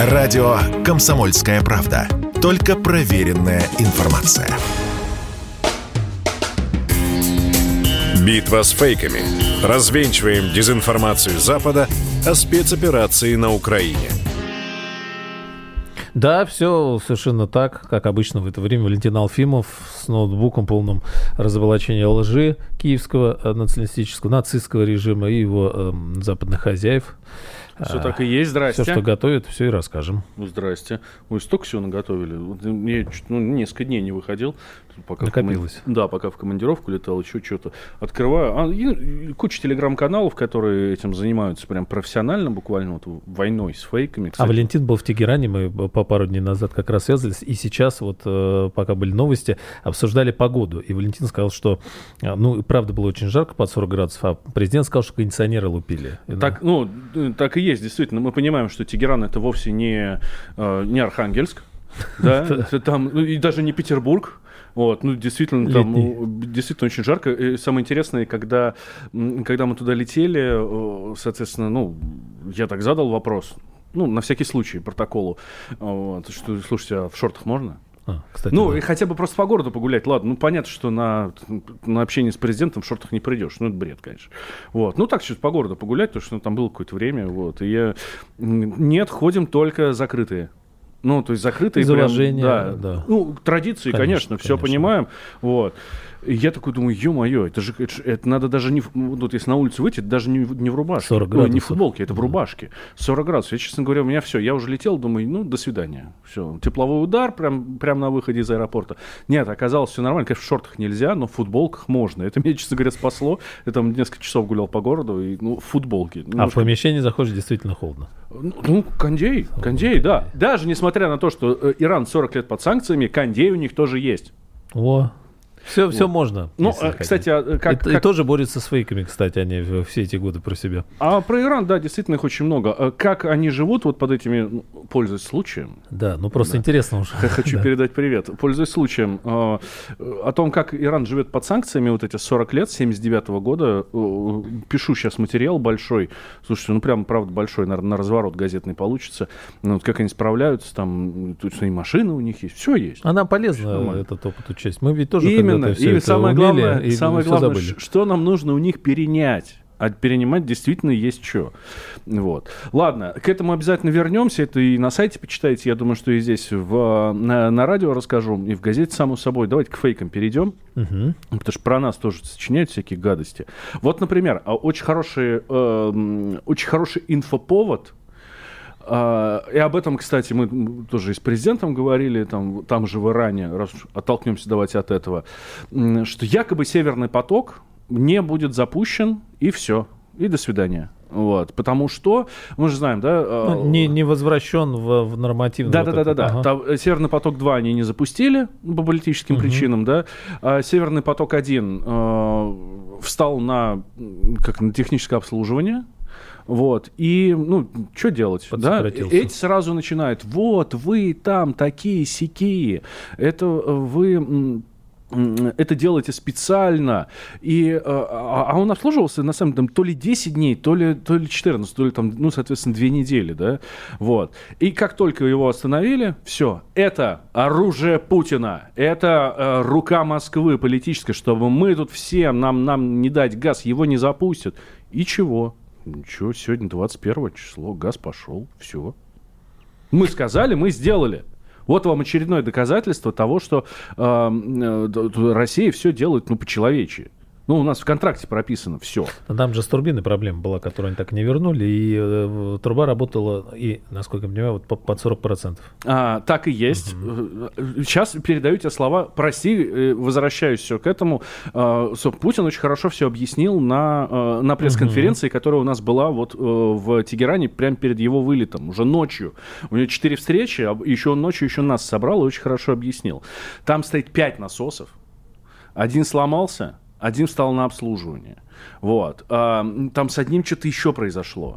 Радио «Комсомольская правда». Только проверенная информация. Битва с фейками. Развенчиваем дезинформацию Запада о спецоперации на Украине. Да, все совершенно так, как обычно в это время. Валентин Алфимов с ноутбуком, полным разоблачения лжи киевского националистического, нацистского режима и его западных хозяев. Все так и есть, здрасте. Все, что готовят, все и расскажем. Здрасте. Ой, столько всего наготовили. Я несколько дней не выходил. Пока накопилось. пока в командировку летал, еще что-то. Открываю. Куча телеграм-каналов, которые этим занимаются прям профессионально, буквально вот войной с фейками. Кстати. А Валентин был в Тегеране, мы по пару дней назад как раз связывались, и сейчас вот, пока были новости, обсуждали погоду. И Валентин сказал, что, правда, было очень жарко, под 40 градусов, а президент сказал, что кондиционеры лупили. Так и есть, действительно. Мы понимаем, что Тегеран — это вовсе не Архангельск, да, там, и даже не Петербург. Вот, действительно, там действительно очень жарко. И самое интересное, когда мы туда летели, соответственно, я так задал вопрос, на всякий случай, протоколу, что, слушайте, а в шортах можно? Кстати, и хотя бы просто по городу погулять. Ладно, понятно, что на общение с президентом в шортах не придешь. Это бред, конечно. Вот. Так чуть по городу погулять, потому что там было какое-то время. Вот. И нет, ходим только закрытые. То есть закрытые. Из уважения, да. Традиции, конечно, все понимаем. Вот. И я такой думаю, ё-моё, это надо даже не... если на улицу выйти, это даже не в рубашке. 40 градусов. Не в футболке, это в рубашке. 40 градусов. Я, честно говоря, у меня все. Я уже летел, думаю, до свидания. Все. Тепловой удар прям на выходе из аэропорта. Нет, оказалось, все нормально. Конечно, в шортах нельзя, но в футболках можно. Это меня, честно говоря, спасло. Я там несколько часов гулял по городу, и в футболке. А в помещение заходишь, действительно холодно. Кондей, да. Даже несмотря на то, что Иран 40 лет под санкциями, кондей у них тоже есть. Все можно. Кстати, И тоже борются с фейками, кстати, они все эти годы про себя. А про Иран, да, действительно их очень много. Как они живут вот под этими, пользуясь случаем? Да, просто интересно уже. Хочу передать привет. Пользуясь случаем, о том, как Иран живет под санкциями вот эти 40 лет, 79-го года, пишу сейчас материал большой. Слушайте, прям, правда, большой, на разворот газетный получится. Как они справляются, там, и машины у них есть, все есть. А нам полезно этот опыт учесть. Мы ведь тоже Именно. И самое главное, что нам нужно у них перенять. А перенимать действительно есть что. Вот. Ладно, к этому обязательно вернемся. Это и на сайте почитайте. Я думаю, что и здесь на радио расскажу, и в газете, само собой. Давайте к фейкам перейдем. Потому что про нас тоже сочиняют всякие гадости. Вот, например, очень хороший инфоповод. И об этом, кстати, мы тоже и с президентом говорили, там же в Иране, раз уж оттолкнемся давайте от этого, что якобы Северный поток не будет запущен, и все, и до свидания. Вот, потому что, мы же знаем, да... не возвращен в нормативный... Да. Северный поток-2 они не запустили по политическим причинам, да. А Северный поток-1 встал на техническое обслуживание. Вот, и, что делать? Да? Эти сразу начинают, вы там такие-сякие, это вы... Это делаете специально. А он обслуживался, на самом деле, то ли 10 дней, то ли 14, то ли, соответственно, 2 недели. Да? Вот. И как только его остановили, все. Это оружие Путина. Это рука Москвы политическая, чтобы мы тут все, нам не дать газ, его не запустят. И чего? Ничего, сегодня 21 число, газ пошел, все. Мы сказали, мы сделали. Вот вам очередное доказательство того, что Россия все делает по-человечьи. У нас в контракте прописано все. Там же с турбиной проблема была, которую они так и не вернули, и труба работала, и, насколько я понимаю, под 40%. Так и есть. Сейчас передаю тебе слова. Прости, возвращаюсь все к этому. Путин очень хорошо все объяснил на пресс-конференции, которая у нас была в Тегеране прямо перед его вылетом, уже ночью. У него 4 встречи, еще он ночью нас собрал и очень хорошо объяснил. Там стоит 5 насосов. Один сломался, один встал на обслуживание. Вот. Там с одним что-то еще произошло.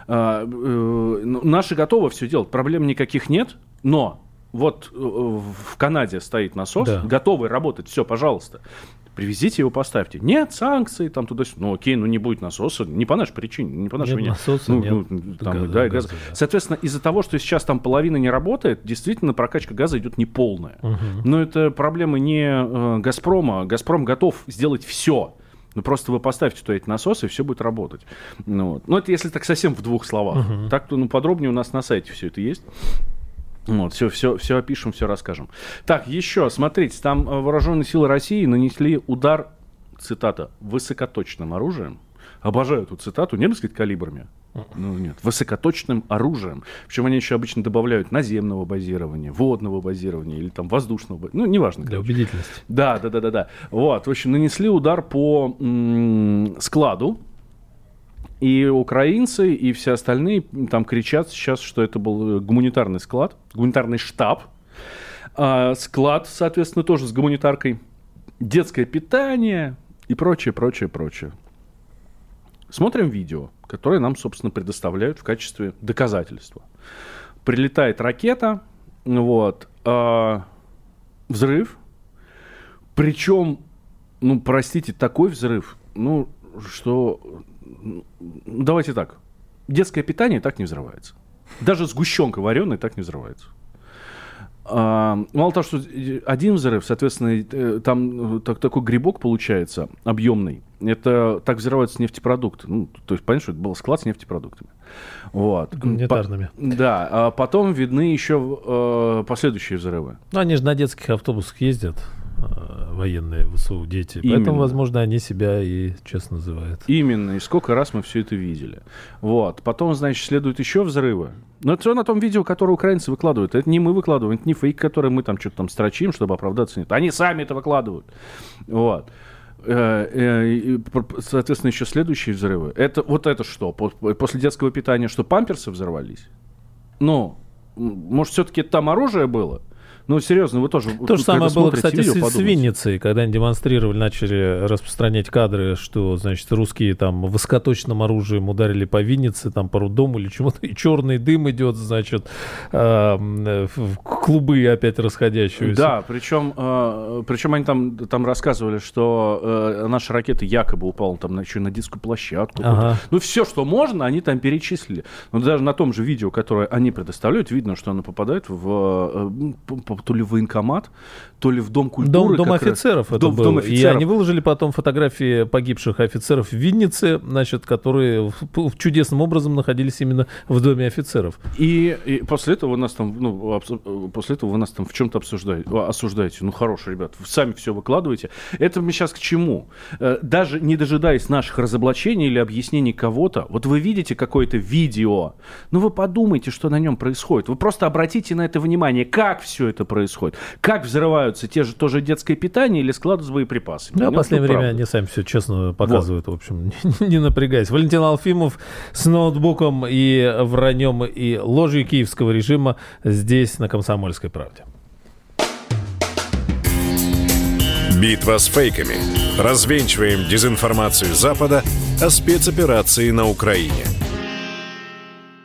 Наши готовы все делать. Проблем никаких нет. Но вот в Канаде стоит насос, готовый работать. Все, пожалуйста. Привезите его, поставьте. Нет, санкции, там туда-сюда. Ну, окей, не будет насоса. Не по нашей причине, не по нашей вине. Насоса, нет газа. Соответственно, из-за того, что сейчас там половина не работает, действительно прокачка газа идет неполная. Но это проблема не «Газпрома». «Газпром» готов сделать все. Ну, просто вы поставьте туда эти насосы, и все будет работать. Ну, это если так совсем в двух словах. Так-то, подробнее у нас на сайте все это есть. Все опишем, все расскажем. Так, еще, смотрите, там вооруженные силы России нанесли удар, цитата, высокоточным оружием. Обожаю эту цитату, не бы сказать калибрами. Нет, высокоточным оружием. Причем они еще обычно добавляют наземного базирования, водного базирования или там воздушного базирования. Неважно. Для убедительности. Да. Вот, в общем, нанесли удар по складу. И украинцы, и все остальные там кричат сейчас, что это был гуманитарный склад, гуманитарный штаб. Склад, соответственно, тоже с гуманитаркой. Детское питание и прочее. Смотрим видео, которое нам, собственно, предоставляют в качестве доказательства. Прилетает ракета, взрыв. Причем, простите, такой взрыв, что... Давайте так. Детское питание так не взрывается. Даже сгущенка вареная так не взрывается. Мало того, что один взрыв, соответственно, там такой грибок получается объемный. Это так взрываются нефтепродукты. То есть, понятно, что это был склад с нефтепродуктами. Гуманитарными. Да. А потом видны еще последующие взрывы. Они же на детских автобусах ездят. Военные ВСУ дети. Именно. Поэтому, возможно, они себя и честно называют. Именно. И сколько раз мы все это видели. Потом, значит, следуют еще взрывы. Но это все на том видео, которое украинцы выкладывают. Это не мы выкладываем, это не фейк, который мы там что-то там строчим, чтобы оправдаться. Нет. Они сами это выкладывают. Соответственно, еще следующие взрывы. Это что? После детского питания что, памперсы взорвались? Может, все-таки там оружие было? Серьезно, вы тоже... То же самое было, кстати, с Винницей, когда они демонстрировали, начали распространять кадры, что, значит, русские там высокоточным оружием ударили по Виннице, там по Рудому или чему-то, и черный дым идет, значит, клубы опять расходящиеся. Да, причем они там рассказывали, что наша ракета якобы упала там еще на детскую площадку. Ага. Все, что можно, они там перечислили. Но даже на том же видео, которое они предоставляют, видно, что она попадает то ли в военкомат, то ли в Дом культуры. Дом офицеров это был. Дом офицеров. И они выложили потом фотографии погибших офицеров в Виннице, значит, которые чудесным образом находились именно в Доме офицеров. И после этого вы нас там, в чем-то осуждаете. Хорошо, ребят, вы сами все выкладываете. Это мы сейчас к чему? Даже не дожидаясь наших разоблачений или объяснений кого-то, вы видите какое-то видео, вы подумайте, что на нем происходит. Вы просто обратите на это внимание, как все это происходит. Как взрываются тоже детское питание или склады с боеприпасами. В последнее время они сами все честно показывают, в общем, не напрягаясь. Валентин Алфимов с ноутбуком и враньем и ложью киевского режима здесь, на «Комсомольской правде». Битва с фейками. Развенчиваем дезинформацию Запада о спецоперации на Украине.